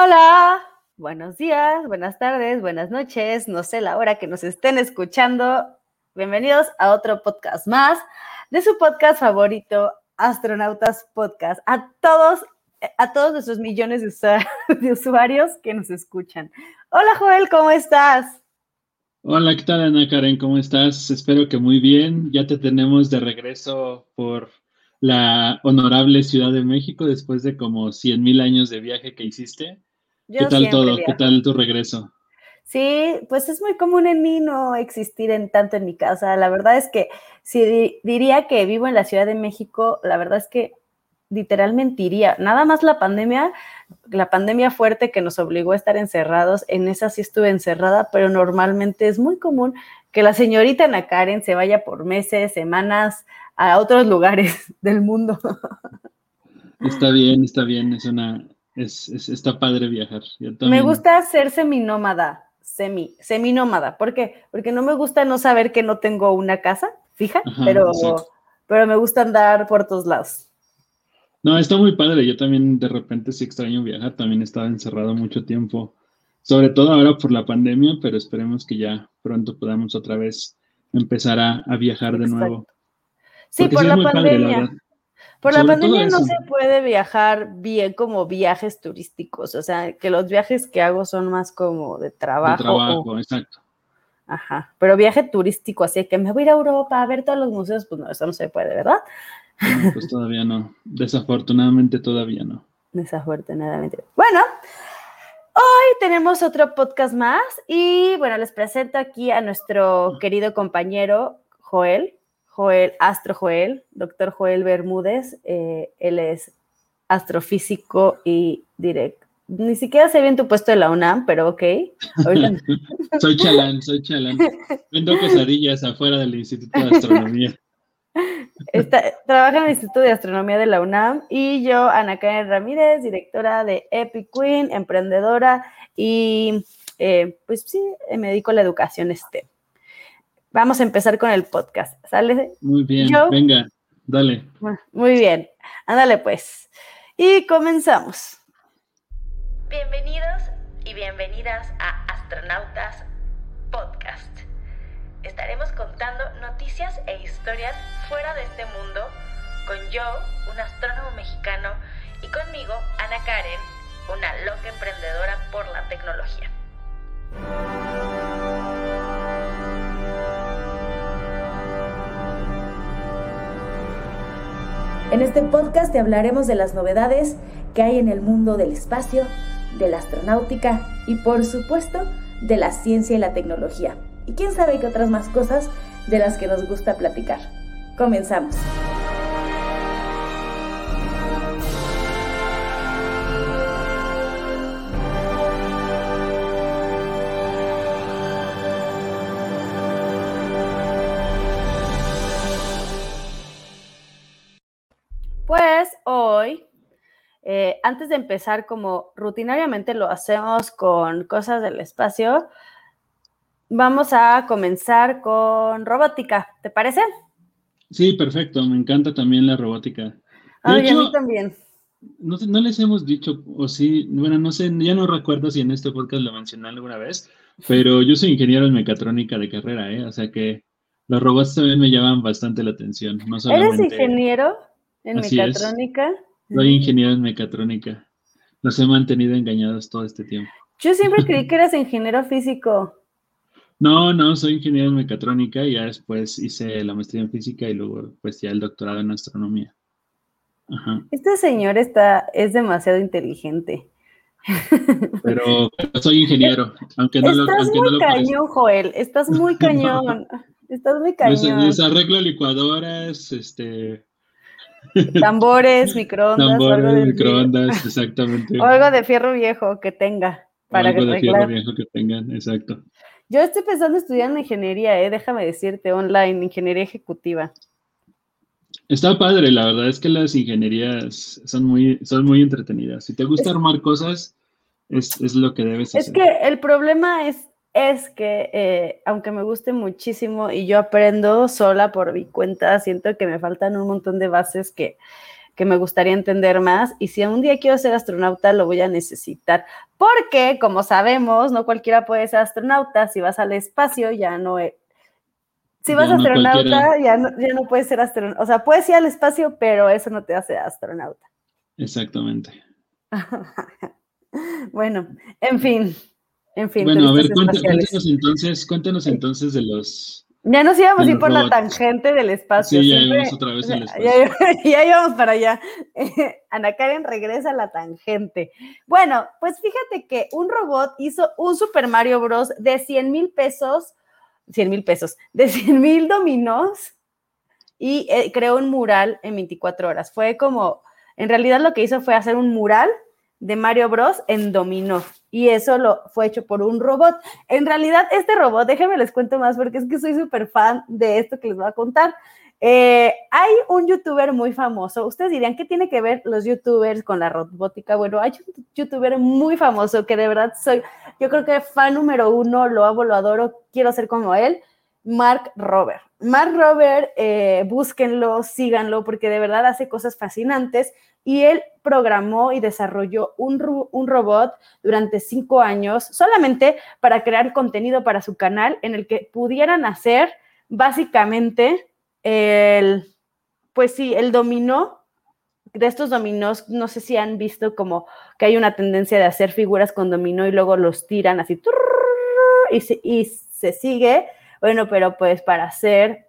Hola, buenos días, buenas tardes, buenas noches, no sé la hora que nos estén escuchando. Bienvenidos a otro podcast más de su podcast favorito, Astronautas Podcast. A todos nuestros millones de usuarios que nos escuchan. Hola Joel, ¿cómo estás? Hola, ¿qué tal, Ana Karen? ¿Cómo estás? Espero que muy bien. Ya te tenemos de regreso por la honorable Ciudad de México después de como 100,000 años de viaje que hiciste. ¿Qué Yo tal siempre todo? ¿Qué viajo. tal tu regreso? Sí, pues es muy común en mí no existir tanto en mi casa. La verdad es que si diría que vivo en la Ciudad de México, la verdad es que literal mentiría. Nada más la pandemia fuerte que nos obligó a estar encerrados, en esa sí estuve encerrada, pero normalmente es muy común que la señorita Ana Karen se vaya por meses, semanas a otros lugares del mundo. Está bien, está padre viajar. Yo Me también. gusta ser seminómada, seminómada. ¿Por qué? Porque no me gusta no saber que no tengo una casa fija, Ajá, exacto. pero me gusta andar por todos lados. No, está muy padre. Yo también de repente sí extraño viajar. También estaba encerrado mucho tiempo, sobre todo ahora por la pandemia, pero esperemos que ya pronto podamos otra vez empezar a viajar de nuevo. Exacto. Sí, Porque sí es muy padre, la verdad. por la Sobre todo pandemia no eso, se puede viajar bien como viajes turísticos, o sea, que los viajes que hago son más como de de trabajo o, trabajo, exacto. ajá, pero viaje turístico, así que me voy a ir a Europa a ver todos los museos, pues no, eso no se puede, ¿verdad? No, pues todavía no. Desafortunadamente todavía no. Desafortunadamente. Bueno, hoy tenemos otro podcast más y bueno, les presento aquí a nuestro querido compañero Astro Joel, doctor Joel Bermúdez. Él es astrofísico y directo. Ni siquiera sé bien tu puesto de la UNAM, pero ok. Ahorita Soy chalán. Vendo quesadillas afuera del Instituto de Astronomía. trabaja en el Instituto de Astronomía de la UNAM y yo, Ana Karen Ramírez, directora de Epic Queen, emprendedora y pues sí, me dedico a la educación STEM. Vamos a empezar con el podcast, ¿sale? Muy bien, Yo, venga, dale. muy bien, ándale pues. Y comenzamos. Bienvenidos y bienvenidas a Astronautas Podcast. Estaremos contando noticias e historias fuera de este mundo con yo, un astrónomo mexicano, y conmigo, Ana Karen, una loca emprendedora por la tecnología. En este podcast te hablaremos de las novedades que hay en el mundo del espacio, de la astronáutica y, por supuesto, de la ciencia y la tecnología. Y quién sabe qué otras más cosas de las que nos gusta platicar. Comenzamos. Pues hoy, antes de empezar como rutinariamente lo hacemos con cosas del espacio, vamos a comenzar con robótica, ¿te parece? Sí, perfecto. Me encanta también la robótica. De Ay, a mí hecho, también. no les hemos dicho, o sí, bueno, no sé, ya no recuerdo si en este podcast lo mencioné alguna vez, pero yo soy ingeniero en mecatrónica de carrera, ¿eh? O sea que los robots también me llaman bastante la atención, no ¿Eres solamente ingeniero en así es. mecatrónica? Soy ingeniero en mecatrónica. Los he mantenido engañados todo este tiempo. Yo siempre creí que eras ingeniero físico. No, soy ingeniero en mecatrónica y ya después hice la maestría en física y luego pues ya el doctorado en astronomía. Ajá. Este señor es demasiado inteligente. Pero soy ingeniero, Estás aunque no muy lo parezca. cañón, Joel. Estás muy cañón. Estás muy cañón. Desarreglo licuadoras, Tambores, microondas tambores, microondas, o exactamente. algo de fierro viejo que tenga O para algo de fierro arreglar. viejo que tengan, exacto. Yo estoy pensando en estudiar ingeniería, déjame decirte, online, ingeniería ejecutiva. Está padre, la verdad es que las ingenierías son muy entretenidas. Si te gusta Es, armar cosas, es lo que debes es hacer. que el problema es que, aunque me guste muchísimo y yo aprendo sola por mi cuenta, siento que me faltan un montón de bases que que me gustaría entender más, y si un día quiero ser astronauta lo voy a necesitar, porque como sabemos, no cualquiera puede ser astronauta. Si vas al espacio ya no es... Si vas Ya no cualquiera. astronauta, ya no puedes ser astronauta. O sea, puedes ir al espacio, pero eso no te hace astronauta. Exactamente. Bueno, en fin, Bueno, a turistas ver, espaciales. cuéntanos entonces de los Ya nos íbamos a ir por la robots. tangente del espacio. Sí, ya Siempre, íbamos otra vez al ya, espacio. ya íbamos para allá. Ana Karen regresa a la tangente. Bueno, pues fíjate que un robot hizo un Super Mario Bros. De 100,000 pesos, de 100,000 dominós, y creó un mural en 24 horas. Fue como, en realidad lo que hizo fue hacer un mural de Mario Bros. En dominó, y eso fue hecho por un robot. En realidad, este robot, déjenme les cuento más, porque es que soy súper fan de esto que les voy a contar. Hay un youtuber muy famoso. Ustedes dirían, ¿qué tiene que ver los youtubers con la robótica? Bueno, hay un youtuber muy famoso que de verdad yo creo que fan número 1, lo amo, lo adoro, quiero ser como él. Mark Rober. Mark Rober, búsquenlo, síganlo, porque de verdad hace cosas fascinantes, y él programó y desarrolló un robot durante 5 años solamente para crear contenido para su canal, en el que pudieran hacer básicamente el dominó. De estos dominós, no sé si han visto como que hay una tendencia de hacer figuras con dominó y luego los tiran así y se sigue. Bueno, pero pues para hacer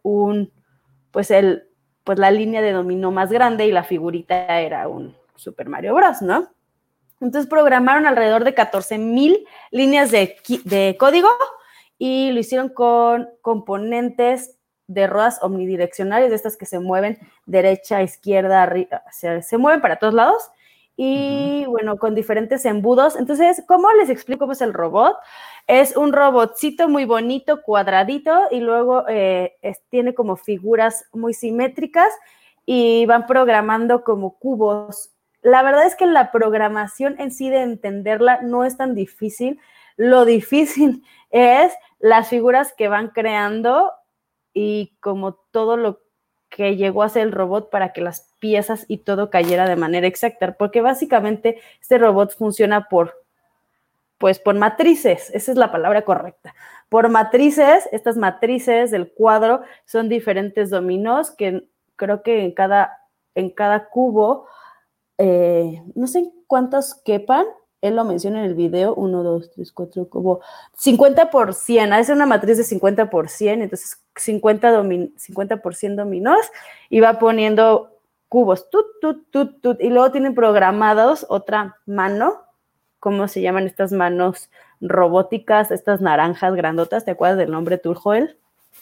la línea de dominó más grande, y la figurita era un Super Mario Bros., ¿no? Entonces programaron alrededor de 14,000 líneas de código, y lo hicieron con componentes de ruedas omnidireccionales, de estas que se mueven derecha, izquierda, arriba, se mueven para todos lados, y bueno, con diferentes embudos. Entonces, ¿cómo les explico cómo es el robot? Es un robotcito muy bonito, cuadradito, y luego tiene como figuras muy simétricas, y van programando como cubos. La verdad es que la programación en sí, de entenderla, no es tan difícil. Lo difícil es las figuras que van creando, y como todo lo que llegó a hacer el robot para que las piezas y todo cayera de manera exacta, porque básicamente este robot funciona por matrices. Esa es la palabra correcta. Por matrices. Estas matrices del cuadro son diferentes dominós, que creo que en cada cubo, no sé cuántos quepan. Él lo menciona en el video, 1, 2, 3, 4, como 50 por 100, es una matriz de 50 por 100, entonces 50 por 100 dominós, y va poniendo cubos, y luego tienen programados otra mano. ¿Cómo se llaman estas manos robóticas? Estas naranjas grandotas, ¿te acuerdas del nombre tú, Joel?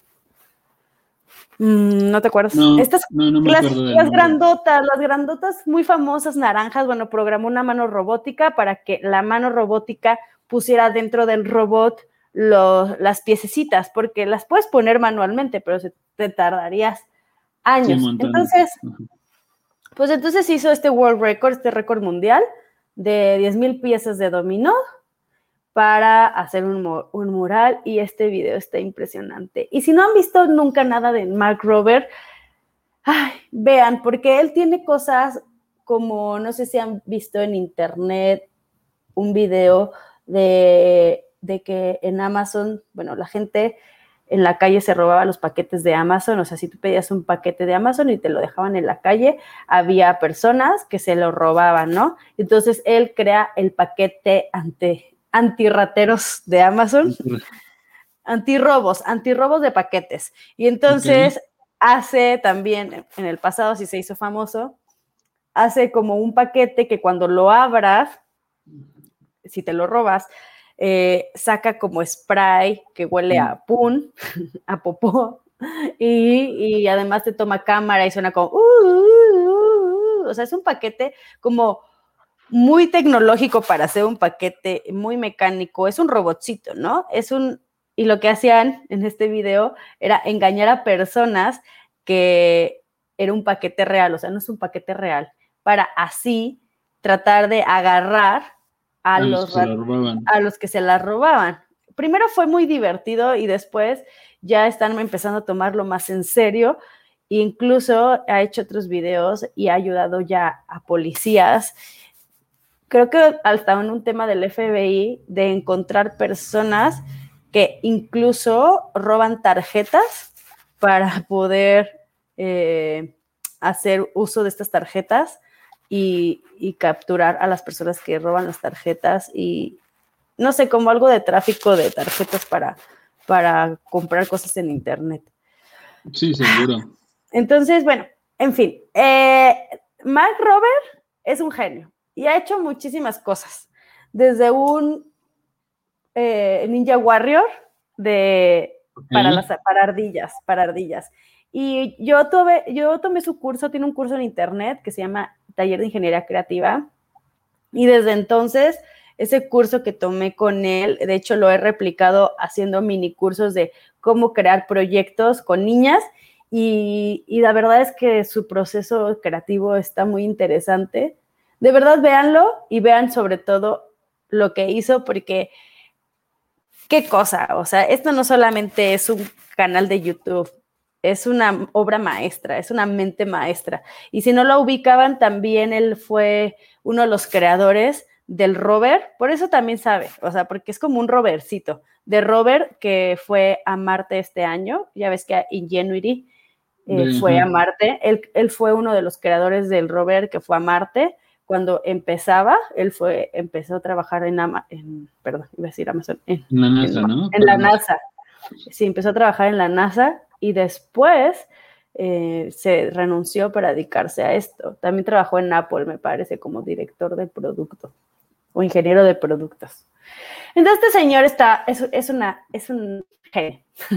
¿No te acuerdas? No, Estas, no me acuerdo del las nombre. grandotas muy famosas naranjas. Bueno, programó una mano robótica para que la mano robótica pusiera dentro del robot las piececitas, porque las puedes poner manualmente, pero te tardarías Sí, un años. montón. Entonces hizo este world record, este récord mundial de 10,000 piezas de dominó para hacer un mural, y este video está impresionante. Y si no han visto nunca nada de Mark Rober, vean, porque él tiene cosas como, no sé si han visto en internet un video de que en Amazon, bueno, la gente en la calle se robaba los paquetes de Amazon. O sea, si tú pedías un paquete de Amazon y te lo dejaban en la calle, había personas que se lo robaban, ¿no? Entonces él crea el paquete antirrateros de Amazon, antirrobos de paquetes. Y entonces hace también, en el pasado sí se hizo famoso, hace como un paquete que cuando lo abras, si te lo robas, saca como spray que huele a pun, a popó, y además te toma cámara y suena como o sea, es un paquete como muy tecnológico para hacer un paquete muy mecánico. Es un robotcito, ¿no? Y lo que hacían en este video era engañar a personas que era un paquete real. O sea, no es un paquete real, para así tratar de agarrar a los que se la robaban. Primero fue muy divertido, y después ya están empezando a tomarlo más en serio, incluso ha hecho otros videos y ha ayudado ya a policías, creo que hasta en un tema del FBI, de encontrar personas que incluso roban tarjetas para poder hacer uso de estas tarjetas y capturar a las personas que roban las tarjetas y no sé, como algo de tráfico de tarjetas para comprar cosas en internet. Sí, seguro. Entonces, bueno, en fin, Mark Robert es un genio y ha hecho muchísimas cosas, desde un Ninja Warrior para ardillas. Y yo tomé su curso, tiene un curso en internet que se llama Taller de Ingeniería Creativa, y desde entonces ese curso que tomé con él, de hecho lo he replicado haciendo mini cursos de cómo crear proyectos con niñas, y la verdad es que su proceso creativo está muy interesante. De verdad, véanlo y vean sobre todo lo que hizo, porque qué cosa, o sea, esto no solamente es un canal de YouTube, es una obra maestra, es una mente maestra. Y si no lo ubicaban, también él fue uno de los creadores del rover, por eso también sabe, o sea, porque es como un rovercito, de rover que fue a Marte este año, ya ves que Ingenuity fue a Marte, él fue uno de los creadores del rover que fue a Marte. Cuando empezaba, empezó a trabajar en la NASA, ¿no? En la NASA. Sí, empezó a trabajar en la NASA y después se renunció para dedicarse a esto. También trabajó en Apple, me parece, como director de producto o ingeniero de productos. Entonces este señor es un genio.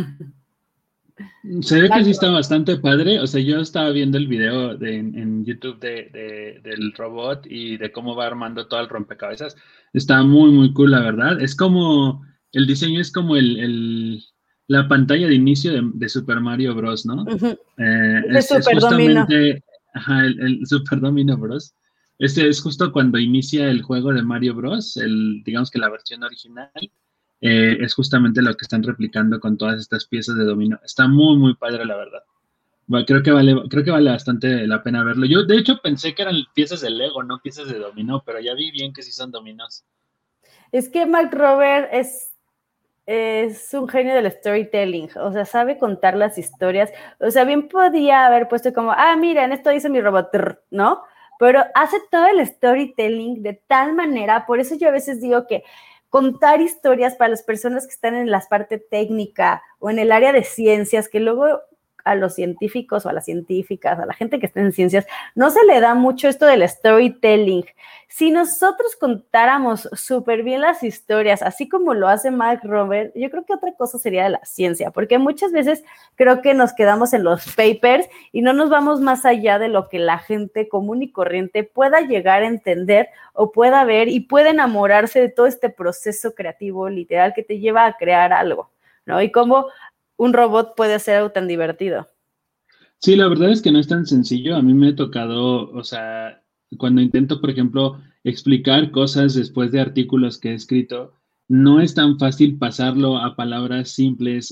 Se ve que sí está bastante padre. O sea, yo estaba viendo el video en YouTube del robot y de cómo va armando todo el rompecabezas. Está muy, muy cool, la verdad. Es como, el diseño es como la pantalla de inicio de Super Mario Bros., ¿no? Uh-huh. Es justamente, ajá, el Super Domino Bros. Este es justo cuando inicia el juego de Mario Bros., digamos que la versión original. Es justamente lo que están replicando con todas estas piezas de dominó. Está muy, muy padre, la verdad. Creo que vale bastante la pena verlo. Yo, de hecho, pensé que eran piezas de Lego, no piezas de dominó, pero ya vi bien que sí son dominós. Es que Mark Robert es un genio del storytelling, o sea, sabe contar las historias. O sea, bien podía haber puesto como, miren, esto hizo mi robot, ¿no? Pero hace todo el storytelling de tal manera, por eso yo a veces digo que contar historias para las personas que están en la parte técnica o en el área de ciencias, que luego a los científicos o a las científicas, a la gente que está en ciencias, no se le da mucho esto del storytelling. Si nosotros contáramos súper bien las historias, así como lo hace Mark Robert, yo creo que otra cosa sería de la ciencia, porque muchas veces creo que nos quedamos en los papers y no nos vamos más allá de lo que la gente común y corriente pueda llegar a entender o pueda ver y pueda enamorarse de todo este proceso creativo literal que te lleva a crear algo, ¿no? Y cómo un robot puede hacer algo tan divertido. Sí, la verdad es que no es tan sencillo. A mí me ha tocado, o sea, cuando intento, por ejemplo, explicar cosas después de artículos que he escrito, no es tan fácil pasarlo a palabras simples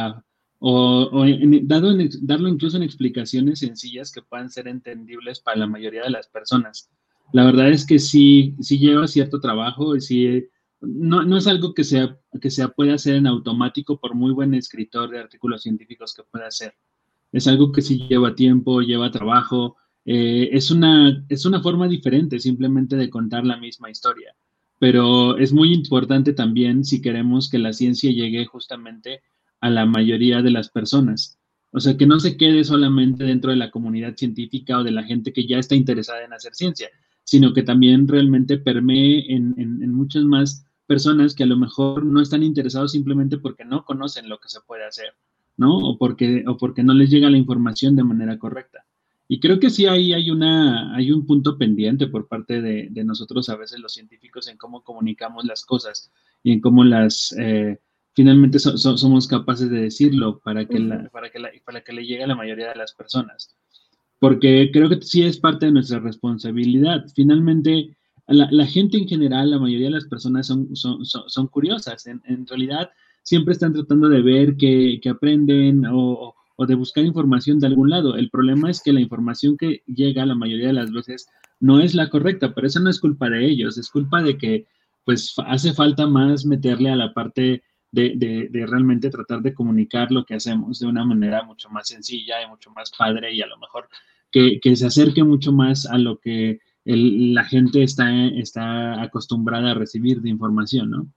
darlo incluso en explicaciones sencillas que puedan ser entendibles para la mayoría de las personas. La verdad es que sí lleva cierto trabajo y sí, no es algo que pueda hacer en automático por muy buen escritor de artículos científicos que pueda ser. Es algo que sí lleva tiempo, lleva trabajo. Es una forma diferente simplemente de contar la misma historia. Pero es muy importante también si queremos que la ciencia llegue justamente a la mayoría de las personas. O sea, que no se quede solamente dentro de la comunidad científica o de la gente que ya está interesada en hacer ciencia, sino que también realmente permee en muchas más personas que a lo mejor no están interesados simplemente porque no conocen lo que se puede hacer, ¿no? O porque no les llega la información de manera correcta. Y creo que sí hay un punto pendiente por parte de nosotros, a veces los científicos, en cómo comunicamos las cosas y en cómo finalmente somos capaces de decirlo para que le llegue a la mayoría de las personas. Porque creo que sí es parte de nuestra responsabilidad. Finalmente, la gente en general, la mayoría de las personas son curiosas. En realidad, siempre están tratando de ver qué aprenden o o de buscar información de algún lado. El problema es que la información que llega la mayoría de las veces no es la correcta, pero eso no es culpa de ellos, es culpa de que pues hace falta más meterle a la parte de realmente tratar de comunicar lo que hacemos de una manera mucho más sencilla y mucho más padre y a lo mejor que se acerque mucho más a lo que la gente está acostumbrada a recibir de información, ¿no?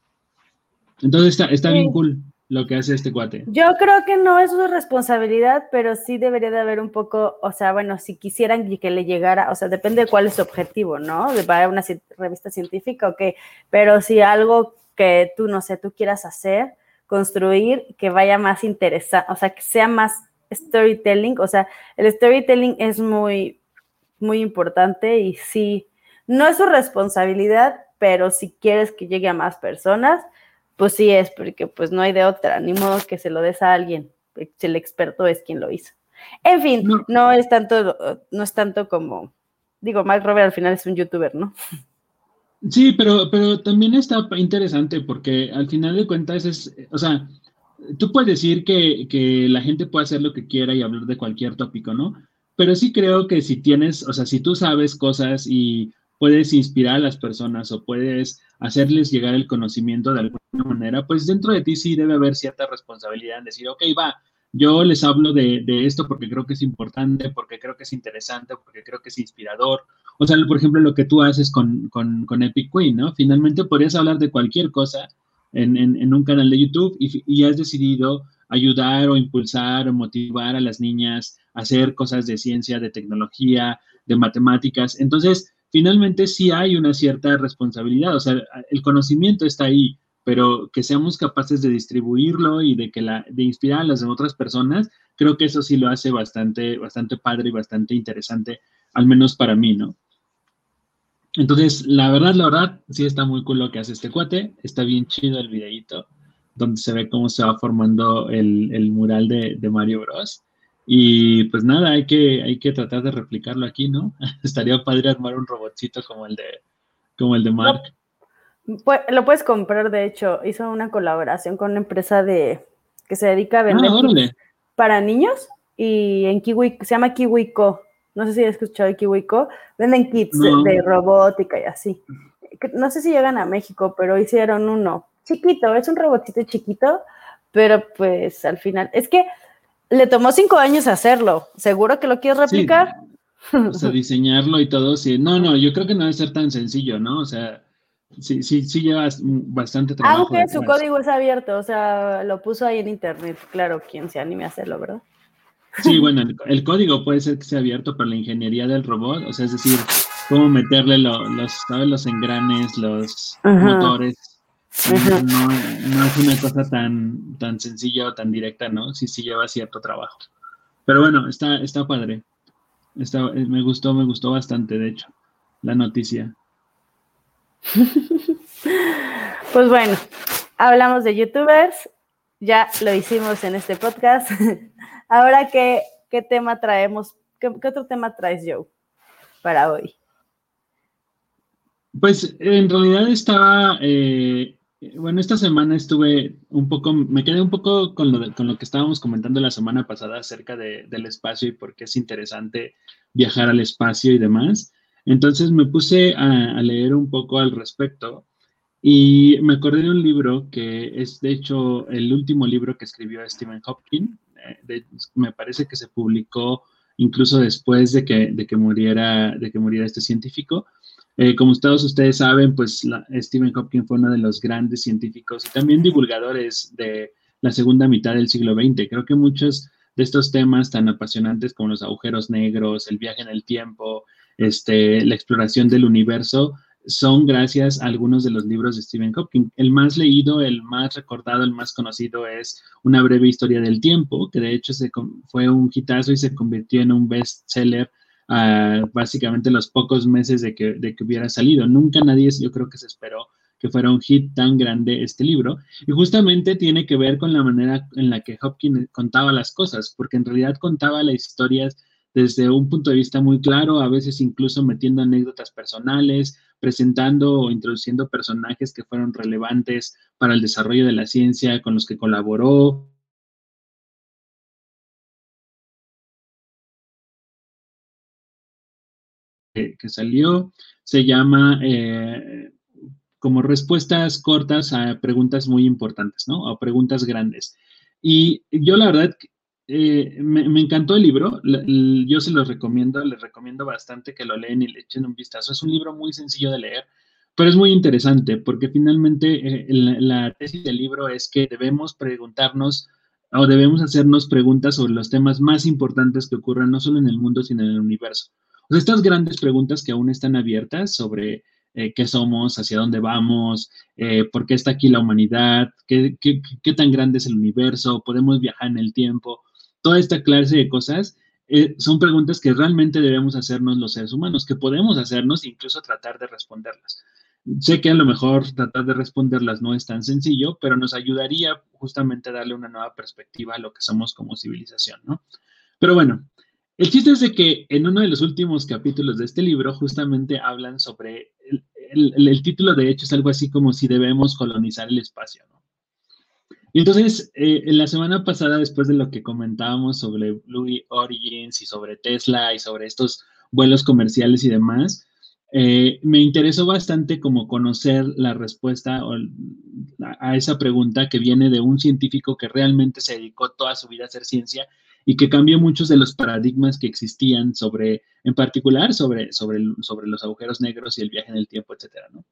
Entonces está bien Sí. cool lo que hace este cuate. Yo creo que no es su responsabilidad, pero sí debería de haber un poco, o sea, bueno, si quisieran que le llegara, o sea, depende de cuál es su objetivo, ¿no? De para una revista científica o qué, pero si algo que tú, no sé, tú quieras hacer, construir, que vaya más interesante, o sea, que sea más storytelling, o sea, el storytelling es muy, muy importante y sí, no es su responsabilidad, pero si quieres que llegue a más personas, pues sí es, porque pues no hay de otra, ni modo que se lo des a alguien, si el experto es quien lo hizo. En fin, No, no es tanto como, digo, Mark Robert al final es un youtuber, ¿no? sí, pero también está interesante porque al final de cuentas o sea, tú puedes decir que la gente puede hacer lo que quiera y hablar de cualquier tópico, ¿no? Pero sí creo que si tienes, o sea, si tú sabes cosas y puedes inspirar a las personas o puedes hacerles llegar el conocimiento de alguna manera, pues dentro de ti sí debe haber cierta responsabilidad en decir, ok, va, yo les hablo de esto porque creo que es importante, porque creo que es interesante, porque creo que es inspirador. O sea, por ejemplo, lo que tú haces con Epic Queen, ¿no? Finalmente podrías hablar de cualquier cosa en un canal de YouTube y has decidido ayudar o impulsar o motivar a las niñas a hacer cosas de ciencia, de tecnología, de matemáticas. Entonces, finalmente sí hay una cierta responsabilidad, o sea, el conocimiento está ahí, pero que seamos capaces de distribuirlo y de inspirar a las otras personas, creo que eso sí lo hace bastante, bastante padre y bastante interesante, al menos para mí, ¿no? Entonces, la verdad, sí está muy cool lo que hace este cuate. Está bien chido el videíto, donde se ve cómo se va formando el mural de Mario Bros. Y pues nada, hay que tratar de replicarlo aquí, ¿no? Estaría padre armar un robotcito como el de Mark. Lo, lo puedes comprar, de hecho, hizo una colaboración con una empresa que se dedica a Ah, vender kits órale. para niños y en Kiwi, se llama KiwiCo. No sé si has escuchado de KiwiCo. Venden kits No, de robótica y así. No sé si llegan a México, pero hicieron uno chiquito, es un robotito chiquito, pero pues al final, es que le tomó 5 años hacerlo. ¿Seguro que lo quieres sí, replicar? o sea, diseñarlo y todo, sí. No, no, yo creo que no debe ser tan sencillo, ¿no? O sea, sí, sí, sí llevas bastante trabajo Aunque su detrás. código es abierto, o sea, lo puso ahí en internet, claro, quien se anime a hacerlo, ¿verdad? Sí, bueno, el código puede ser que sea abierto, pero la ingeniería del robot, o sea, es decir, cómo meterle ¿sabes? Los engranes, los Ajá, motores, ajá. no es una cosa tan sencilla o tan directa, ¿no? Sí, sí lleva cierto trabajo. Pero bueno, está padre. Me gustó bastante, de hecho, la noticia. Pues bueno, hablamos de youtubers, ya lo hicimos en este podcast. Ahora, ¿qué tema traemos? ¿Qué otro tema traes, Joe, para hoy? Pues en realidad bueno, esta semana me quedé un poco con lo que estábamos comentando la semana pasada acerca del espacio y por qué es interesante viajar al espacio y demás. Entonces me puse a leer un poco al respecto y me acordé de un libro que es de hecho el último libro que escribió Stephen Hopkins. Me parece que se publicó incluso después de que muriera este científico. Como todos ustedes saben, pues Stephen Hawking fue uno de los grandes científicos y también divulgadores de la segunda mitad del siglo XX. Creo que muchos de estos temas tan apasionantes como los agujeros negros, el viaje en el tiempo, la exploración del universo, son gracias a algunos de los libros de Stephen Hawking. El más leído, el más recordado, el más conocido es Una breve historia del tiempo, que de hecho fue un hitazo y se convirtió en un bestseller básicamente los pocos meses de que hubiera salido. Nunca nadie, yo creo que se esperó que fuera un hit tan grande este libro. Y justamente tiene que ver con la manera en la que Hopkins contaba las cosas, porque en realidad contaba las historias desde un punto de vista muy claro, a veces incluso metiendo anécdotas personales, presentando o introduciendo personajes que fueron relevantes para el desarrollo de la ciencia, con los que colaboró, que salió, se llama como respuestas cortas a preguntas muy importantes, ¿no? O preguntas grandes. Y yo la verdad, me encantó el libro, yo se los recomiendo, les recomiendo bastante que lo leen y le echen un vistazo. Es un libro muy sencillo de leer, pero es muy interesante porque finalmente la tesis del libro es que debemos preguntarnos o debemos hacernos preguntas sobre los temas más importantes que ocurran no solo en el mundo, sino en el universo. O sea, estas grandes preguntas que aún están abiertas sobre qué somos, hacia dónde vamos, por qué está aquí la humanidad, qué tan grande es el universo, podemos viajar en el tiempo, toda esta clase de cosas son preguntas que realmente debemos hacernos los seres humanos, que podemos hacernos e incluso tratar de responderlas. Sé que a lo mejor tratar de responderlas no es tan sencillo, pero nos ayudaría justamente a darle una nueva perspectiva a lo que somos como civilización, ¿no? Pero bueno, el chiste es de que en uno de los últimos capítulos de este libro justamente hablan sobre, el título de hecho es algo así como si debemos colonizar el espacio, ¿no? Y entonces, en la semana pasada, después de lo que comentábamos sobre Blue Origins y sobre Tesla y sobre estos vuelos comerciales y demás, me interesó bastante como conocer la respuesta a esa pregunta que viene de un científico que realmente se dedicó toda su vida a hacer ciencia y que cambió muchos de los paradigmas que existían sobre, en particular, sobre los agujeros negros y el viaje en el tiempo, etcétera, ¿no?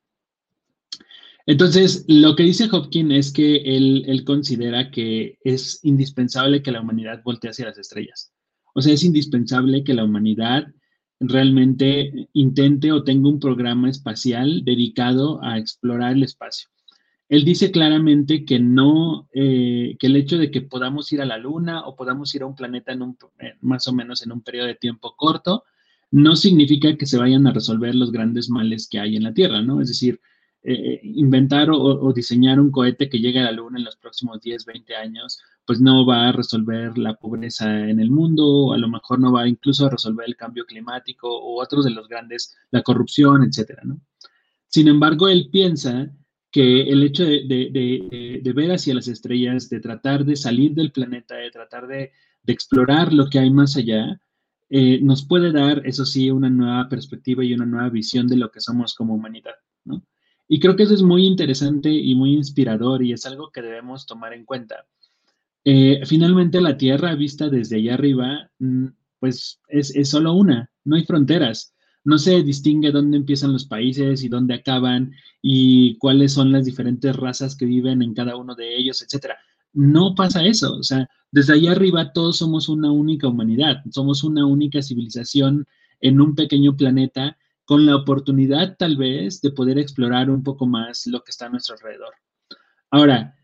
Entonces, lo que dice Hopkins es que él considera que es indispensable que la humanidad voltee hacia las estrellas. O sea, es indispensable que la humanidad realmente intente o tenga un programa espacial dedicado a explorar el espacio. Él dice claramente que no, que el hecho de que podamos ir a la Luna o podamos ir a un planeta más o menos en un periodo de tiempo corto, no significa que se vayan a resolver los grandes males que hay en la Tierra, ¿no? Es decir, inventar o diseñar un cohete que llegue a la Luna en los próximos 10, 20 años, pues no va a resolver la pobreza en el mundo, o a lo mejor no va incluso a resolver el cambio climático o otros de los grandes, la corrupción, etcétera, ¿no? Sin embargo, él piensa que el hecho de ver hacia las estrellas, de tratar de salir del planeta, de tratar de explorar lo que hay más allá, nos puede dar, eso sí, una nueva perspectiva y una nueva visión de lo que somos como humanidad, ¿no? Y creo que eso es muy interesante y muy inspirador y es algo que debemos tomar en cuenta. Finalmente, la Tierra vista desde allá arriba, pues es solo una, no hay fronteras. No se distingue dónde empiezan los países y dónde acaban y cuáles son las diferentes razas que viven en cada uno de ellos, etcétera. No pasa eso. O sea, desde allá arriba todos somos una única humanidad, somos una única civilización en un pequeño planeta con la oportunidad tal vez de poder explorar un poco más lo que está a nuestro alrededor. Ahora,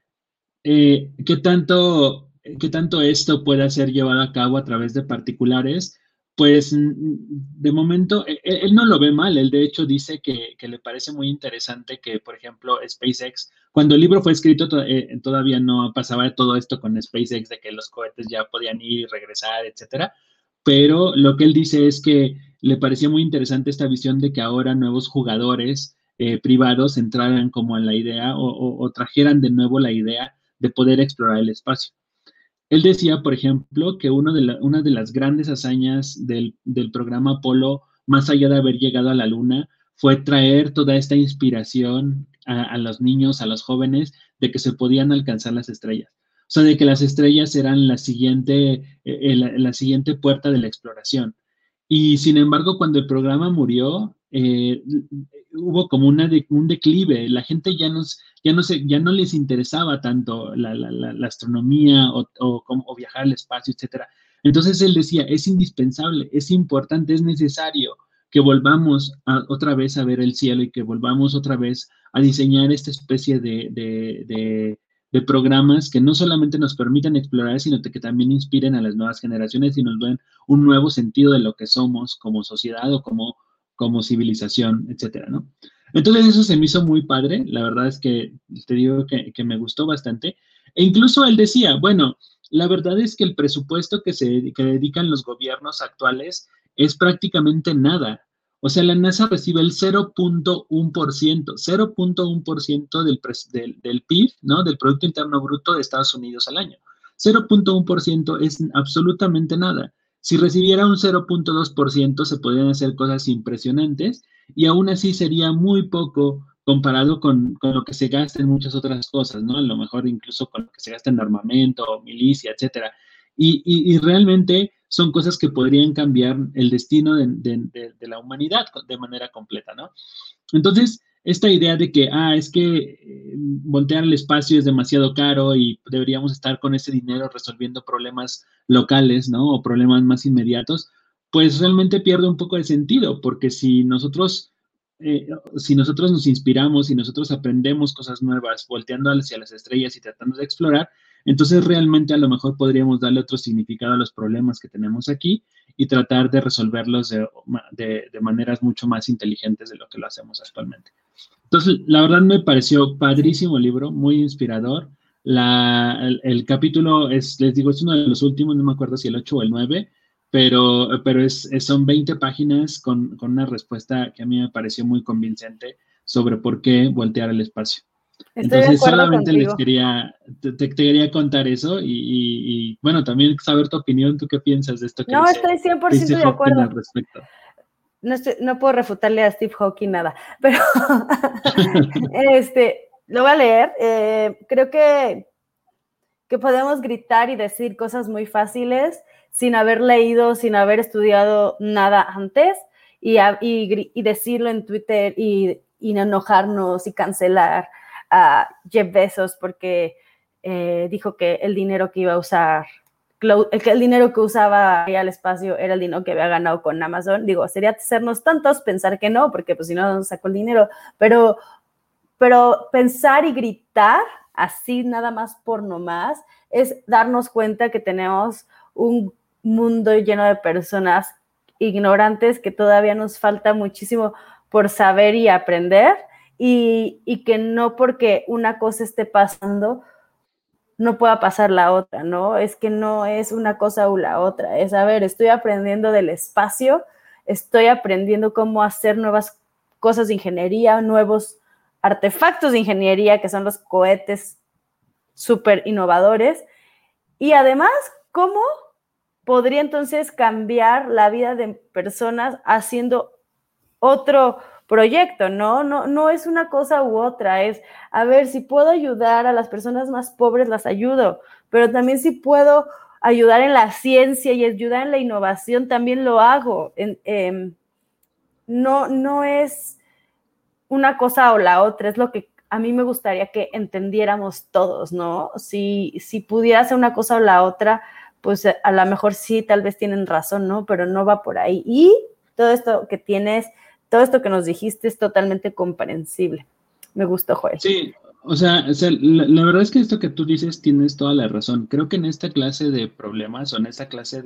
¿qué tanto esto puede ser llevado a cabo a través de particulares? Pues de momento, él no lo ve mal, él de hecho dice que le parece muy interesante que, por ejemplo, SpaceX, cuando el libro fue escrito, todavía no pasaba todo esto con SpaceX, de que los cohetes ya podían ir y regresar, etcétera, pero lo que él dice es que le parecía muy interesante esta visión de que ahora nuevos jugadores privados entraran como en la idea o trajeran de nuevo la idea de poder explorar el espacio. Él decía, por ejemplo, que una de las grandes hazañas del programa Apolo, más allá de haber llegado a la Luna, fue traer toda esta inspiración a los niños, a los jóvenes, de que se podían alcanzar las estrellas. O sea, de que las estrellas eran la siguiente puerta de la exploración. Y sin embargo, cuando el programa murió, hubo como un declive. La gente ya no les interesaba tanto la astronomía o viajar al espacio, etcétera. Entonces él decía, es indispensable, es importante, es necesario que volvamos otra vez a ver el cielo y que volvamos otra vez a diseñar esta especie de programas que no solamente nos permitan explorar, sino que también inspiren a las nuevas generaciones y nos den un nuevo sentido de lo que somos como sociedad o como civilización, etcétera, ¿no? Entonces eso se me hizo muy padre, la verdad es que te digo que me gustó bastante. E incluso él decía, bueno, la verdad es que el presupuesto que dedican los gobiernos actuales es prácticamente nada. O sea, la NASA recibe el 0.1%, 0.1% del PIB, ¿no? Del Producto Interno Bruto de Estados Unidos al año. 0.1% es absolutamente nada. si recibiera un 0.2% se podrían hacer cosas impresionantes y aún así sería muy poco comparado con lo que se gasta en muchas otras cosas, ¿no? A lo mejor incluso con lo que se gasta en armamento, milicia, etcétera. Y realmente son cosas que podrían cambiar el destino de la humanidad de manera completa, ¿no? Entonces, esta idea de que, es que voltear el espacio es demasiado caro y deberíamos estar con ese dinero resolviendo problemas locales, ¿no? O problemas más inmediatos, pues realmente pierde un poco de sentido, porque si nosotros nos inspiramos, si nosotros aprendemos cosas nuevas, volteando hacia las estrellas y tratando de explorar, entonces realmente a lo mejor podríamos darle otro significado a los problemas que tenemos aquí y tratar de resolverlos de maneras mucho más inteligentes de lo que lo hacemos actualmente. Entonces, la verdad me pareció padrísimo el libro, muy inspirador. El capítulo les digo, es uno de los últimos, no me acuerdo si el 8 o el 9, pero son 20 páginas con una respuesta que a mí me pareció muy convincente sobre por qué voltear el espacio. Estoy Entonces, de acuerdo solamente contigo. te quería contar eso y, bueno, también saber tu opinión, ¿tú qué piensas de esto No, estoy 100% de Hawking al acuerdo. respecto? No puedo refutarle a Steve Hawking nada, pero lo voy a leer. Creo que podemos gritar y decir cosas muy fáciles sin haber leído, sin haber estudiado nada antes y decirlo en Twitter y enojarnos y cancelar a Jeff Bezos porque dijo que el dinero que iba a usar, el dinero que usaba al espacio era el dinero que había ganado con Amazon. Digo, sería sernos tontos pensar que no, porque pues si no sacó el dinero, pero pensar y gritar así nada más por nomás es darnos cuenta que tenemos un mundo lleno de personas ignorantes que todavía nos falta muchísimo por saber y aprender y que no porque una cosa esté pasando no pueda pasar la otra, ¿no? Es que no es una cosa o la otra, es, a ver, estoy aprendiendo del espacio, estoy aprendiendo cómo hacer nuevas cosas de ingeniería, nuevos artefactos de ingeniería, que son los cohetes súper innovadores, y además, ¿cómo podría entonces cambiar la vida de personas haciendo otro proyecto? No es una cosa u otra, es, a ver, si puedo ayudar a las personas más pobres, las ayudo, pero también si puedo ayudar en la ciencia y ayudar en la innovación, también lo hago. No es una cosa o la otra, es lo que a mí me gustaría que entendiéramos todos, ¿no? Si pudiera ser una cosa o la otra, pues a lo mejor sí, tal vez tienen razón, ¿no? Pero no va por ahí. Y todo esto que nos dijiste es totalmente comprensible. Me gustó, Joel. Sí, o sea, la verdad es que esto que tú dices tienes toda la razón. Creo que en esta clase de problemas o en esta clase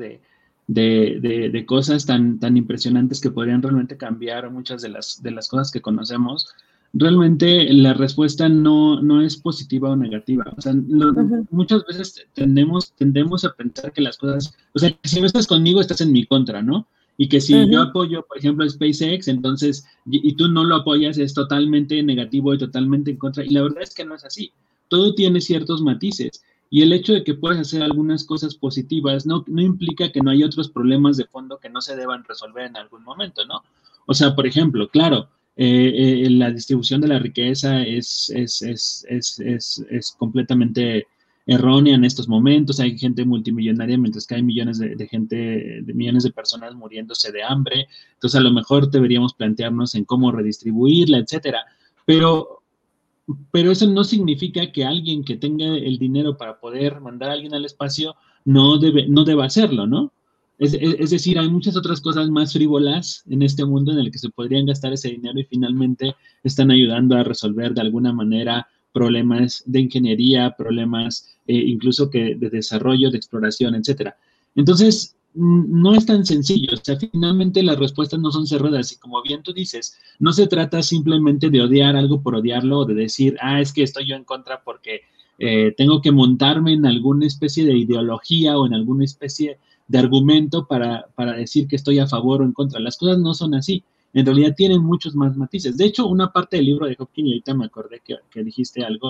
de cosas tan impresionantes que podrían realmente cambiar muchas de las cosas que conocemos, realmente la respuesta no es positiva o negativa. O sea, muchas veces tendemos a pensar que las cosas, o sea, que si no estás conmigo, estás en mi contra, ¿no? Y que si yo apoyo, por ejemplo, SpaceX, entonces, y tú no lo apoyas, es totalmente negativo y totalmente en contra. Y la verdad es que no es así. Todo tiene ciertos matices. Y el hecho de que puedas hacer algunas cosas positivas no implica que no hay otros problemas de fondo que no se deban resolver en algún momento, ¿no? O sea, por ejemplo, claro, la distribución de la riqueza es completamente errónea en estos momentos. Hay gente multimillonaria mientras que hay millones de gente, de millones de personas muriéndose de hambre. Entonces, a lo mejor deberíamos plantearnos en cómo redistribuirla, etcétera. Pero eso no significa que alguien que tenga el dinero para poder mandar a alguien al espacio no deba hacerlo, ¿no? Es decir, hay muchas otras cosas más frívolas en este mundo en el que se podrían gastar ese dinero y finalmente están ayudando a resolver de alguna manera problemas de ingeniería, problemas incluso que de desarrollo, de exploración, etcétera. Entonces, no es tan sencillo. O sea, finalmente las respuestas no son cerradas y como bien tú dices, no se trata simplemente de odiar algo por odiarlo o de decir, es que estoy yo en contra porque tengo que montarme en alguna especie de ideología o en alguna especie de argumento para decir que estoy a favor o en contra. Las cosas no son así. En realidad tienen muchos más matices. De hecho, una parte del libro de Hawking, y ahorita me acordé que dijiste algo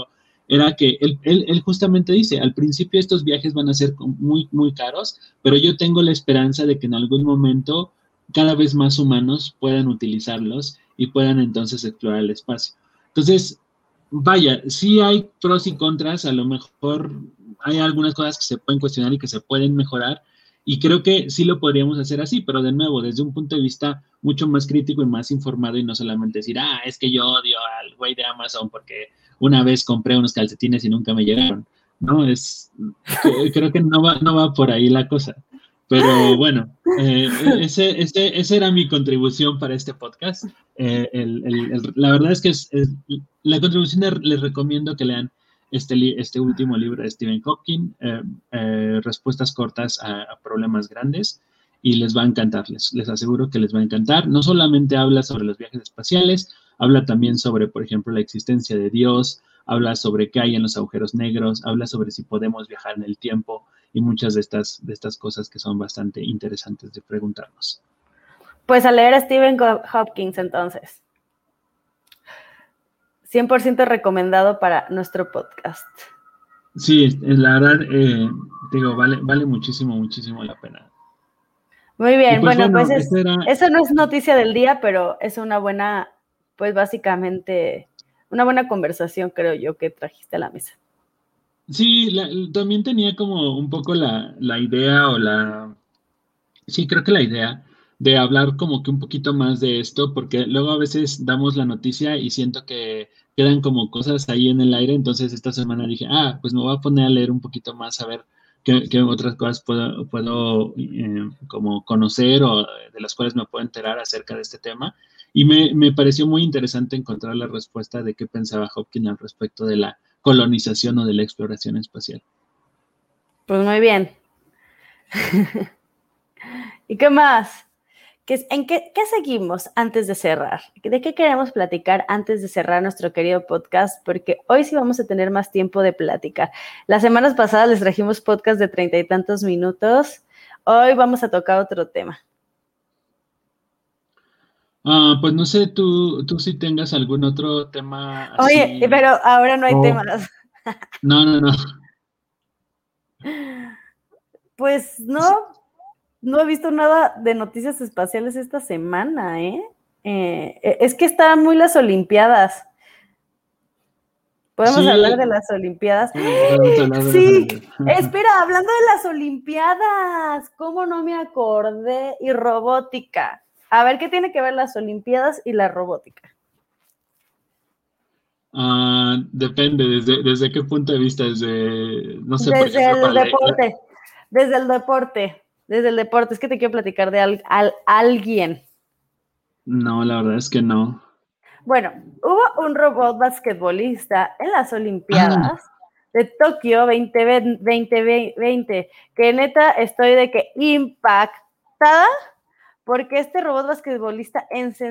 era que él justamente dice, al principio estos viajes van a ser muy, muy caros, pero yo tengo la esperanza de que en algún momento cada vez más humanos puedan utilizarlos y puedan entonces explorar el espacio. Entonces, vaya, sí hay pros y contras, a lo mejor hay algunas cosas que se pueden cuestionar y que se pueden mejorar, y creo que sí lo podríamos hacer así, pero de nuevo, desde un punto de vista mucho más crítico y más informado, y no solamente decir, es que yo odio al güey de Amazon porque una vez compré unos calcetines y nunca me llegaron. No, creo que no va por ahí la cosa. Pero bueno, esa era mi contribución para este podcast. La verdad es que la contribución les recomiendo que lean este último libro de Stephen Hawking, Respuestas cortas a problemas grandes, y les va a encantar, les aseguro que les va a encantar. No solamente habla sobre los viajes espaciales, habla también sobre, por ejemplo, la existencia de Dios, habla sobre qué hay en los agujeros negros, habla sobre si podemos viajar en el tiempo y muchas de estas cosas que son bastante interesantes de preguntarnos. Pues a leer a Stephen Hopkins entonces. 100% recomendado para nuestro podcast. Sí, la verdad, digo, vale muchísimo, muchísimo la pena. Muy bien, pues eso no es noticia del día, pero es una buena, pues básicamente, una buena conversación, creo yo, que trajiste a la mesa. Sí, también tenía como un poco la idea sí, creo que la idea de hablar como que un poquito más de esto, porque luego a veces damos la noticia y siento que quedan como cosas ahí en el aire, entonces esta semana dije, pues me voy a poner a leer un poquito más, a ver qué otras cosas puedo como conocer o de las cuales me puedo enterar acerca de este tema. Y me pareció muy interesante encontrar la respuesta de qué pensaba Hopkins al respecto de la colonización o de la exploración espacial. Pues muy bien. ¿Y qué más? ¿Qué seguimos antes de cerrar? ¿De qué queremos platicar antes de cerrar nuestro querido podcast? Porque hoy sí vamos a tener más tiempo de platicar. Las semanas pasadas les trajimos podcast de 30 y tantos minutos. Hoy vamos a tocar otro tema. Pues no sé, tú si tengas algún otro tema así. Oye, pero ahora no hay temas. No. Pues no he visto nada de noticias espaciales esta semana, es que están muy las Olimpiadas. ¿Podemos hablar de las Olimpiadas? Sí, espera, hablando de las Olimpiadas, ¿cómo no me acordé? Y robótica. A ver, ¿qué tiene que ver las Olimpiadas y la robótica? Depende, ¿desde qué punto de vista? No sé, por ejemplo, el deporte. Desde el deporte. Es que te quiero platicar de alguien. No, la verdad es que no. Bueno, hubo un robot basquetbolista en las Olimpiadas de Tokio 2020, que neta estoy de que impactada, porque este robot basquetbolista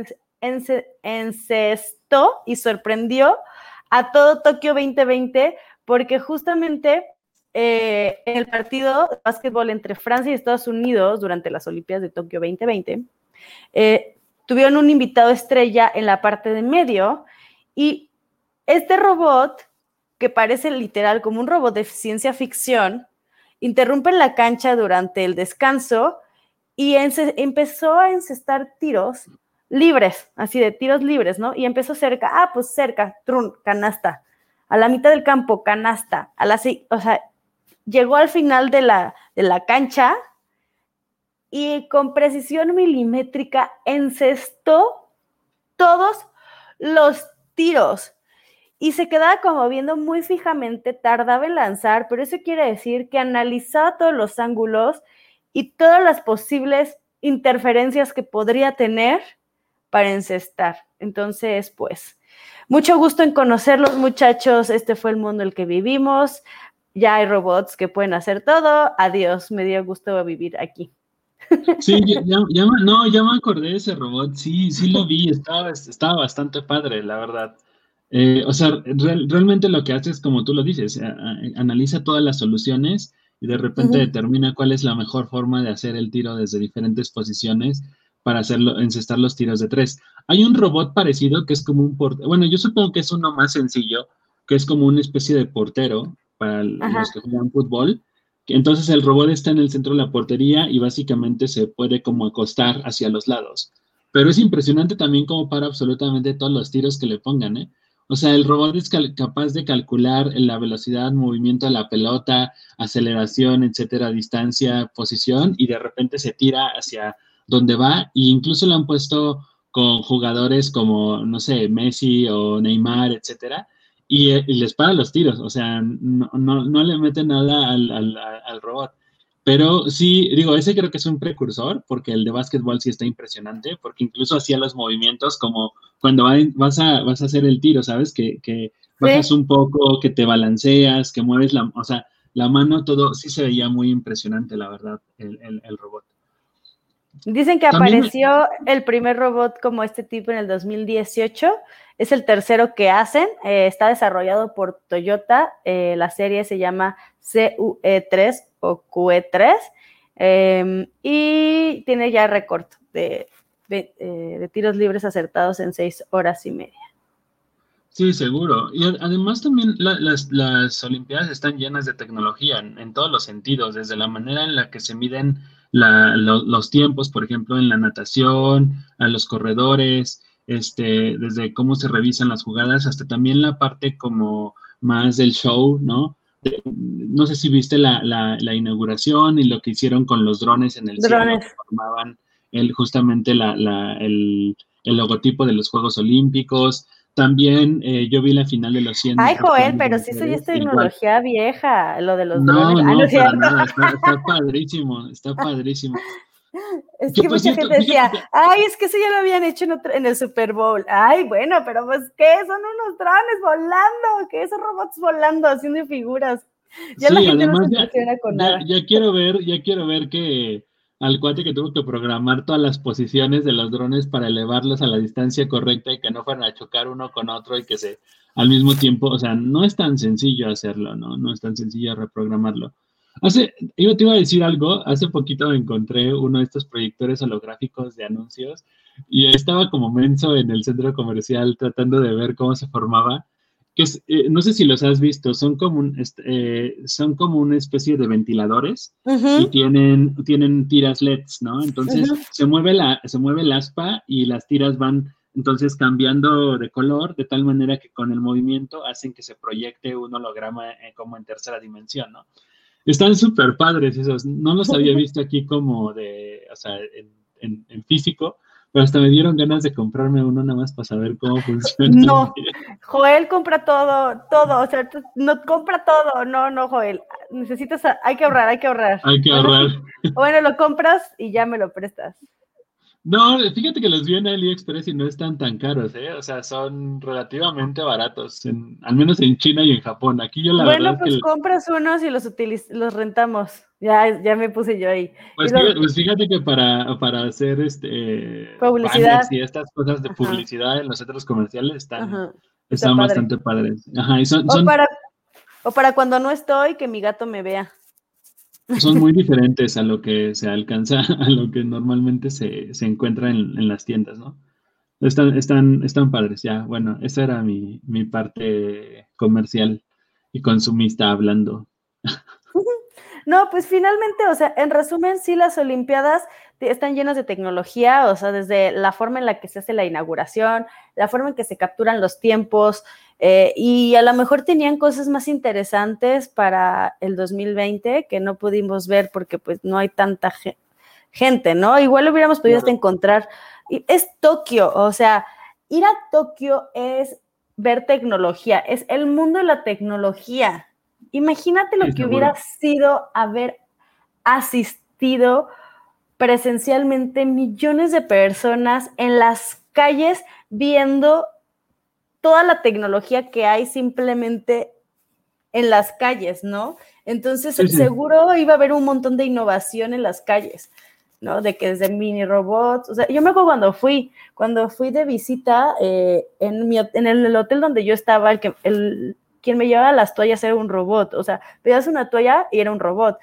encestó y sorprendió a todo Tokio 2020, porque justamente en el partido de básquetbol entre Francia y Estados Unidos durante las Olimpiadas de Tokio 2020, tuvieron un invitado estrella en la parte de medio, y este robot, que parece literal como un robot de ciencia ficción, interrumpe en la cancha durante el descanso y empezó a encestar tiros libres, así de tiros libres, ¿no? Y empezó cerca, canasta, a la mitad del campo, canasta, o sea, llegó al final de la cancha y con precisión milimétrica encestó todos los tiros y se quedaba como viendo muy fijamente, tardaba en lanzar, pero eso quiere decir que analizaba todos los ángulos y todas las posibles interferencias que podría tener para encestar. Entonces, pues, mucho gusto en conocerlos, muchachos. Este fue el mundo en el que vivimos. Ya hay robots que pueden hacer todo. Adiós, me dio gusto vivir aquí. Sí, ya me acordé de ese robot. Sí lo vi, estaba bastante padre, la verdad. O sea, realmente lo que hace es como tú lo dices, analiza todas las soluciones y de repente determina cuál es la mejor forma de hacer el tiro desde diferentes posiciones para encestar los tiros de 3. Hay un robot parecido que es como bueno, yo supongo que es uno más sencillo, que es como una especie de portero para Ajá. los que juegan fútbol. Entonces el robot está en el centro de la portería y básicamente se puede como acostar hacia los lados. Pero es impresionante también como para absolutamente todos los tiros que le pongan, ¿eh? O sea, el robot es capaz de calcular la velocidad, movimiento de la pelota, aceleración, etcétera, distancia, posición, y de repente se tira hacia donde va. E incluso lo han puesto con jugadores como, no sé, Messi o Neymar, etcétera, y les para los tiros. O sea, no le mete nada al robot. Pero sí, digo, ese creo que es un precursor, porque el de básquetbol sí está impresionante, porque incluso hacía los movimientos como cuando vas a hacer el tiro, ¿sabes? Que bajas Sí. un poco, que te balanceas, que mueves o sea, la mano, todo, sí se veía muy impresionante, la verdad, el robot. Dicen que También, apareció el primer robot como este tipo en el 2018. Es el tercero que hacen. Está desarrollado por Toyota. La serie se llama CUE3 o QE3. Y tiene ya récord de tiros libres acertados en 6 horas y media. sí, seguro. Y además también las Olimpiadas están llenas de tecnología en todos los sentidos, desde la manera en la que se miden los tiempos, por ejemplo, en la natación, a los corredores, desde cómo se revisan las jugadas, hasta también la parte como más del show, ¿no? No sé si viste la inauguración y lo que hicieron con los drones en el cielo, que Drones. formaban justamente el logotipo de los Juegos Olímpicos. También yo vi la final de los 100 Ay, metros Joel, planos de pero si eso ya es mujeres, igual. tecnología vieja, lo de los drones. No, Ah, no no, es para cierto. nada, está padrísimo, está padrísimo. Es Que que por mucha cierto, gente fíjate decía, que, ay, es que eso ya lo habían hecho en el Super Bowl. Ay, bueno, pero pues, ¿qué? Son unos drones volando, ¿qué? Esos robots volando, haciendo figuras. Ya la sí, gente no se además impresiona con nada. ya quiero ver que al cuate que tuvo que programar todas las posiciones de los drones para elevarlos a la distancia correcta y que no fueran a chocar uno con otro y que al mismo tiempo, o sea, no es tan sencillo hacerlo, ¿no? No es tan sencillo reprogramarlo. Yo te iba a decir algo, hace poquito me encontré uno de estos proyectores holográficos de anuncios y estaba como menso en el centro comercial tratando de ver cómo se formaba no sé si los has visto, son como una especie de ventiladores y Ujú, tienen tiras LEDs, ¿no? Entonces ujú. se mueve el aspa y las tiras van entonces cambiando de color de tal manera que con el movimiento hacen que se proyecte un holograma como en tercera dimensión, ¿no? Están súper padres esos, no los había visto aquí como o sea, en físico, pero hasta me dieron ganas de comprarme uno nada más para saber cómo funcionan. No, Joel compra todo, todo, o sea, no compra todo, no, no, Joel, hay que ahorrar, hay que ahorrar. Hay que Bueno, ahorrar. sí, bueno, lo compras y ya me lo prestas. No, fíjate que los vi en AliExpress y no están tan caros, ¿eh? O sea, son relativamente baratos, al menos en China y en Japón. Aquí yo la verdad Bueno, es pues que, compras unos y los rentamos. Ya me puse yo ahí. Y los pues fíjate que para hacer publicidad, banners y estas cosas de ajá, publicidad en los centros comerciales ajá, está están padre. bastante padres. Ajá, y O para, o para cuando no estoy, que mi gato me vea. son muy diferentes a lo que se alcanza, a lo que normalmente se encuentra en las tiendas, ¿no? Están padres, ya. Bueno, esa era mi parte comercial y consumista hablando. No, pues finalmente, o sea, en resumen, sí, las Olimpiadas están llenas de tecnología, o sea, desde la forma en la que se hace la inauguración, la forma en que se capturan los tiempos, y a lo mejor tenían cosas más interesantes para el 2020 que no pudimos ver porque pues no hay tanta gente, ¿no? Igual hubiéramos podido hasta Claro, encontrar, es Tokio, o sea, ir a Tokio es ver tecnología, es el mundo de la tecnología. Imagínate sí, lo que hubiera seguro. sido haber asistido presencialmente millones de personas en las calles viendo toda la tecnología que hay simplemente en las calles, ¿no? Entonces, Sí, sí. seguro iba a haber un montón de innovación en las calles, ¿no? De que desde mini robots, o sea, yo me acuerdo cuando fui de visita en el hotel donde yo estaba, quien me llevaba las toallas era un robot, o sea, veías una toalla y era un robot.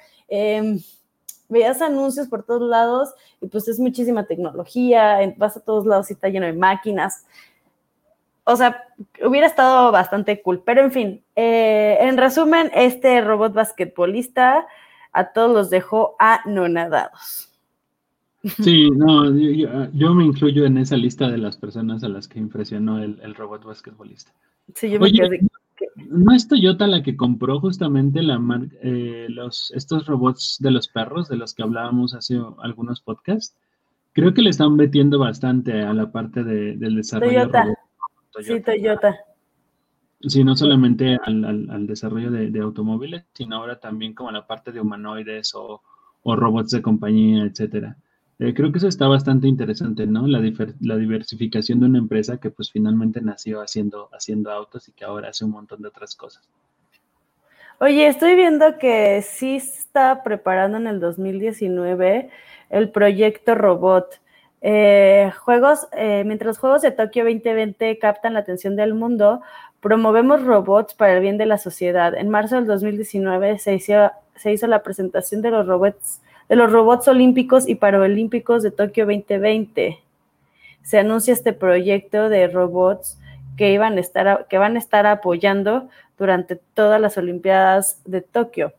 Veías anuncios por todos lados y pues es muchísima tecnología, vas a todos lados y está lleno de máquinas. o sea, hubiera estado bastante cool. Pero en fin, en resumen, este robot basquetbolista a todos los dejó anonadados. Sí, no, yo me incluyo en esa lista de las personas a las que impresionó el robot basquetbolista. Sí, yo me Oye, quedé. ¿no es Toyota la que compró justamente estos robots de los perros de los que hablábamos hace algunos podcasts? Creo que le están metiendo bastante a la parte del desarrollo Toyota. robot. Sí, Toyota. Sí, no solamente al desarrollo de automóviles, sino ahora también como a la parte de humanoides o robots de compañía, etcétera. Creo que eso está bastante interesante, ¿no? La diversificación de una empresa que pues finalmente nació haciendo autos y que ahora hace un montón de otras cosas. Oye, estoy viendo que sí se está preparando en el 2019 el proyecto Robot. Mientras los Juegos de Tokio 2020 captan la atención del mundo, promovemos robots para el bien de la sociedad. En marzo del 2019 se hizo la presentación de los robots olímpicos y paralímpicos de Tokio 2020. Se anuncia este proyecto de robots que van a estar apoyando durante todas las Olimpiadas de Tokio.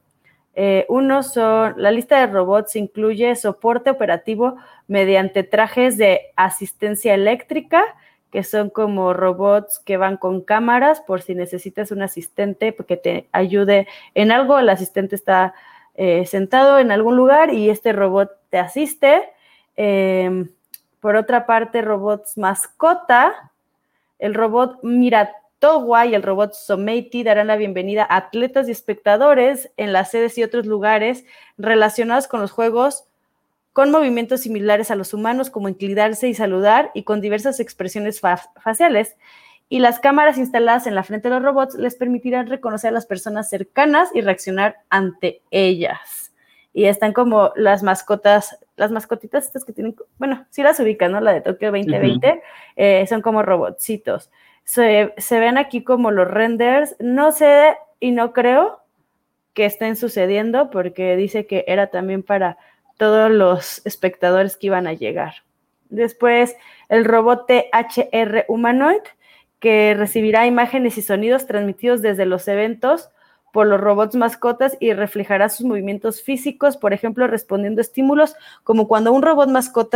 La lista de robots incluye soporte operativo mediante trajes de asistencia eléctrica, que son como robots que van con cámaras por si necesitas un asistente que te ayude en algo. El asistente está sentado en algún lugar y este robot te asiste. Por otra parte, robots mascota, el robot Miratowa y el robot Someiti darán la bienvenida a atletas y espectadores en las sedes y otros lugares relacionados con los juegos, con movimientos similares a los humanos, como inclinarse y saludar, y con diversas expresiones faciales. Y las cámaras instaladas en la frente de los robots les permitirán reconocer a las personas cercanas y reaccionar ante ellas. Y están como las mascotitas estas que tienen, bueno, sí las ubican, ¿no? La de Tokio 2020, son como robotcitos. Se ven aquí como los renders, no sé y no creo que estén sucediendo porque dice que era también para todos los espectadores que iban a llegar. Después, el robot THR Humanoid, que recibirá imágenes y sonidos transmitidos desde los eventos por los robots mascotas y reflejará sus movimientos físicos, por ejemplo, respondiendo a estímulos, como cuando un robot mascota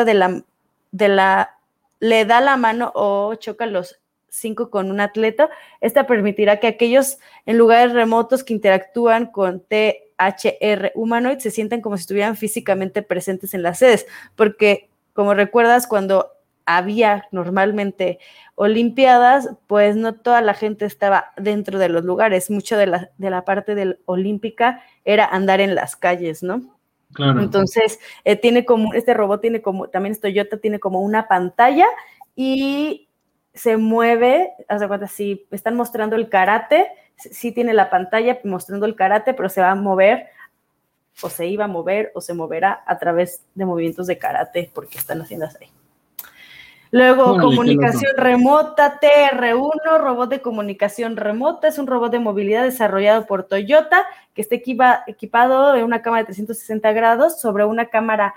le da la mano o choca los 5 con un atleta. Esta permitirá que aquellos en lugares remotos que interactúan con THR Humanoid se sientan como si estuvieran físicamente presentes en las sedes, porque como recuerdas, cuando había normalmente olimpiadas, pues no toda la gente estaba dentro de los lugares, mucho de la parte del olímpica era andar en las calles, ¿no? Claro. Entonces, este robot tiene como, también Toyota tiene como una pantalla y se mueve, haz de cuenta, si están mostrando el karate, sí tiene la pantalla mostrando el karate, pero se va a mover, o se iba a mover, o se moverá a través de movimientos de karate, porque están haciendo así. Luego, órale, comunicación remota, TR1, robot de comunicación remota, es un robot de movilidad desarrollado por Toyota, que está equipado de una cámara de 360 grados sobre una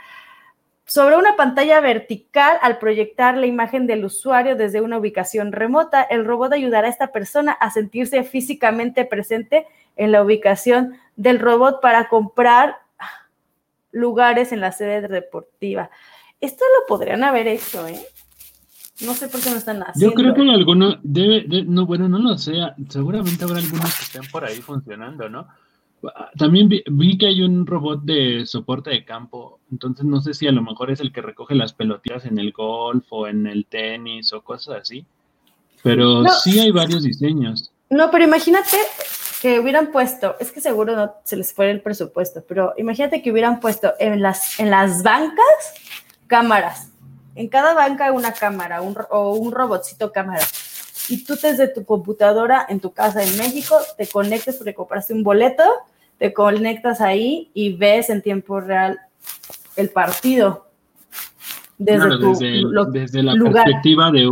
pantalla vertical. Al proyectar la imagen del usuario desde una ubicación remota, el robot ayudará a esta persona a sentirse físicamente presente en la ubicación del robot para comprar lugares en la sede deportiva. Esto lo podrían haber hecho, ¿eh? No sé por qué no están haciendo. Yo creo que alguno no, bueno, no lo sé, seguramente habrá algunos que estén por ahí funcionando, ¿no? También vi que hay un robot de soporte de campo, entonces no sé si a lo mejor es el que recoge las pelotillas en el golf o en el tenis o cosas así, pero no, sí hay varios diseños. No, pero imagínate que hubieran puesto, es que seguro no se les fue el presupuesto, pero imagínate que hubieran puesto en las bancas cámaras. En cada banca una cámara o un robotcito cámara. Y tú desde tu computadora en tu casa en México te conectas porque compraste un boleto, te conectas ahí y ves en tiempo real el partido. Desde la perspectiva de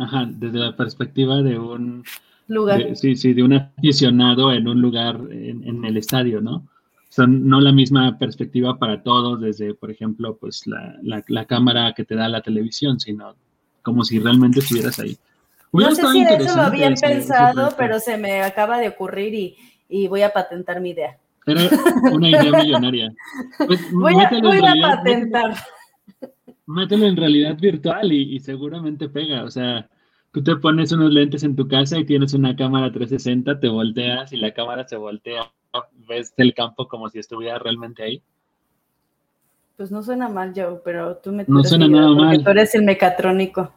un lugar. De un aficionado en un lugar en el estadio, ¿no? O sea, no la misma perspectiva para todos desde, por ejemplo, pues la cámara que te da la televisión, sino como si realmente estuvieras ahí. No sé si eso lo había pensado, pero se me acaba de ocurrir y voy a patentar mi idea. Era una idea millonaria. Pues, voy a patentar. Mételo en realidad virtual y seguramente pega. O sea, tú te pones unos lentes en tu casa y tienes una cámara 360, te volteas y la cámara se voltea. Ves el campo como si estuviera realmente ahí. Pues no suena mal, Joe, pero tú me no suena nada mal. Porque tú eres el mecatrónico.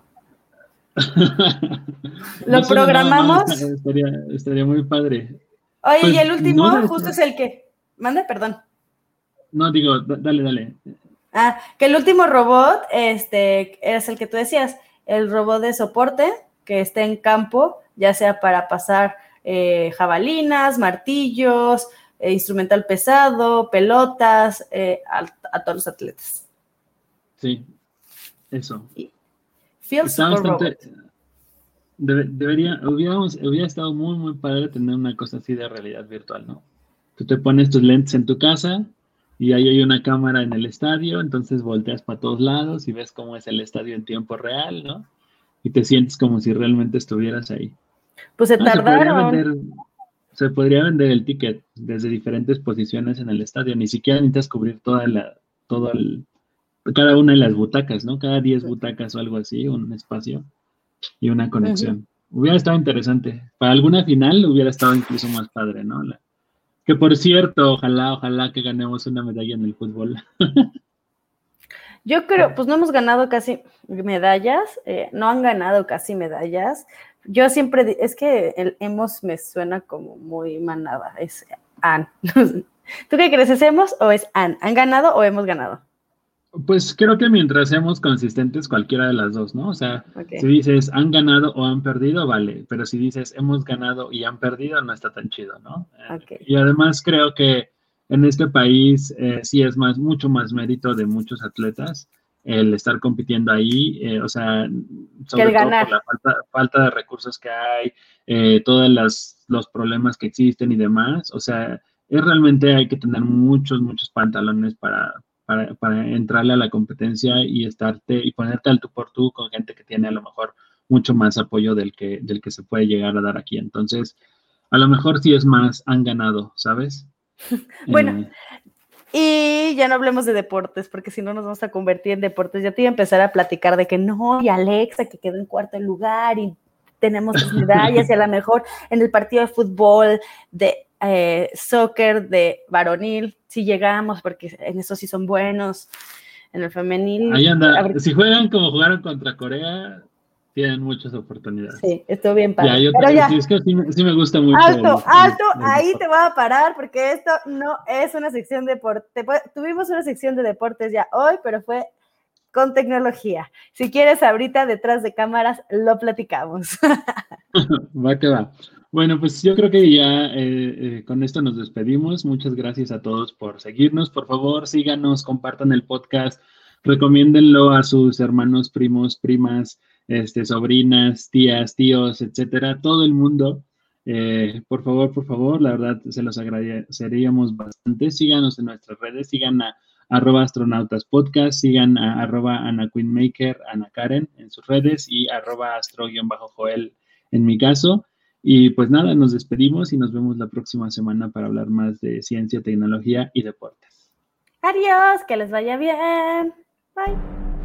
Lo no programamos. Estaría muy padre. Oye, pues, y el último justo es el que. Mande, perdón. No, digo, dale. Que el último robot, es el que tú decías, el robot de soporte que esté en campo, ya sea para pasar jabalinas, martillos, instrumental pesado, pelotas, a todos los atletas. Sí, eso. Feels bastante. Hubiera estado muy, muy padre tener una cosa así de realidad virtual, ¿no? Tú te pones tus lentes en tu casa y ahí hay una cámara en el estadio, entonces volteas para todos lados y ves cómo es el estadio en tiempo real, ¿no? Y te sientes como si realmente estuvieras ahí. Pues tardaron. Se podría vender el ticket desde diferentes posiciones en el estadio, ni siquiera necesitas cubrir cada una de las butacas, ¿no? Cada 10 butacas o algo así, un espacio y una conexión. Hubiera estado interesante. Para alguna final hubiera estado incluso más padre, ¿no? Que por cierto, ojalá que ganemos una medalla en el fútbol. Yo creo, pues no hemos ganado casi medallas, no han ganado casi medallas. Yo siempre, es que el hemos me suena como muy manada, es han. ¿Tú qué crees, es hemos o es han? ¿Han ganado o hemos ganado? Pues creo que mientras seamos consistentes, cualquiera de las dos, ¿no? O sea, si dices han ganado o han perdido, vale, pero si dices hemos ganado y han perdido, no está tan chido, ¿no? Y además creo que en este país sí es mucho más mérito de muchos atletas el estar compitiendo ahí, o sea, sobre todo por la falta de recursos que hay, todos los problemas que existen y demás, o sea, realmente hay que tener muchos pantalones para entrarle a la competencia y ponerte al tú por tú con gente que tiene a lo mejor mucho más apoyo del que se puede llegar a dar aquí. Entonces, a lo mejor sí es más, han ganado, ¿sabes? Bueno, y ya no hablemos de deportes, porque si no nos vamos a convertir en deportes. Ya te iba a empezar a platicar de que no, y Alexa, que quedó en cuarto lugar, y tenemos 3 medallas, y a lo mejor en el partido de fútbol, de soccer, de varonil, si llegamos, porque en eso sí son buenos, en el femenil. Ahí anda, si juegan como jugaron contra Corea, tienen muchas oportunidades. Sí, estuvo bien padre. Sí, es que sí me gusta mucho. Alto, ahí te voy a parar, porque esto no es una sección de deporte. Tuvimos una sección de deportes ya hoy, pero fue con tecnología. Si quieres, ahorita detrás de cámaras lo platicamos. Va que va. Bueno, pues yo creo que ya con esto nos despedimos. Muchas gracias a todos por seguirnos. Por favor, síganos, compartan el podcast, recomiéndenlo a sus hermanos, primos, primas, sobrinas, tías, tíos, etcétera, todo el mundo. Por favor, la verdad se los agradeceríamos bastante. Síganos en nuestras redes, sigan a @astronautaspodcast, sigan a @AnaQueenMaker, Ana Karen en sus redes y @astro_joel en mi caso. Y pues nada, nos despedimos y nos vemos la próxima semana para hablar más de ciencia, tecnología y deportes. Adiós, que les vaya bien. Bye.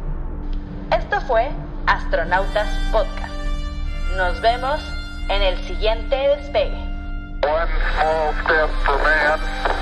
Esto fue Astronautas Podcast. Nos vemos en el siguiente despegue. One small step for man.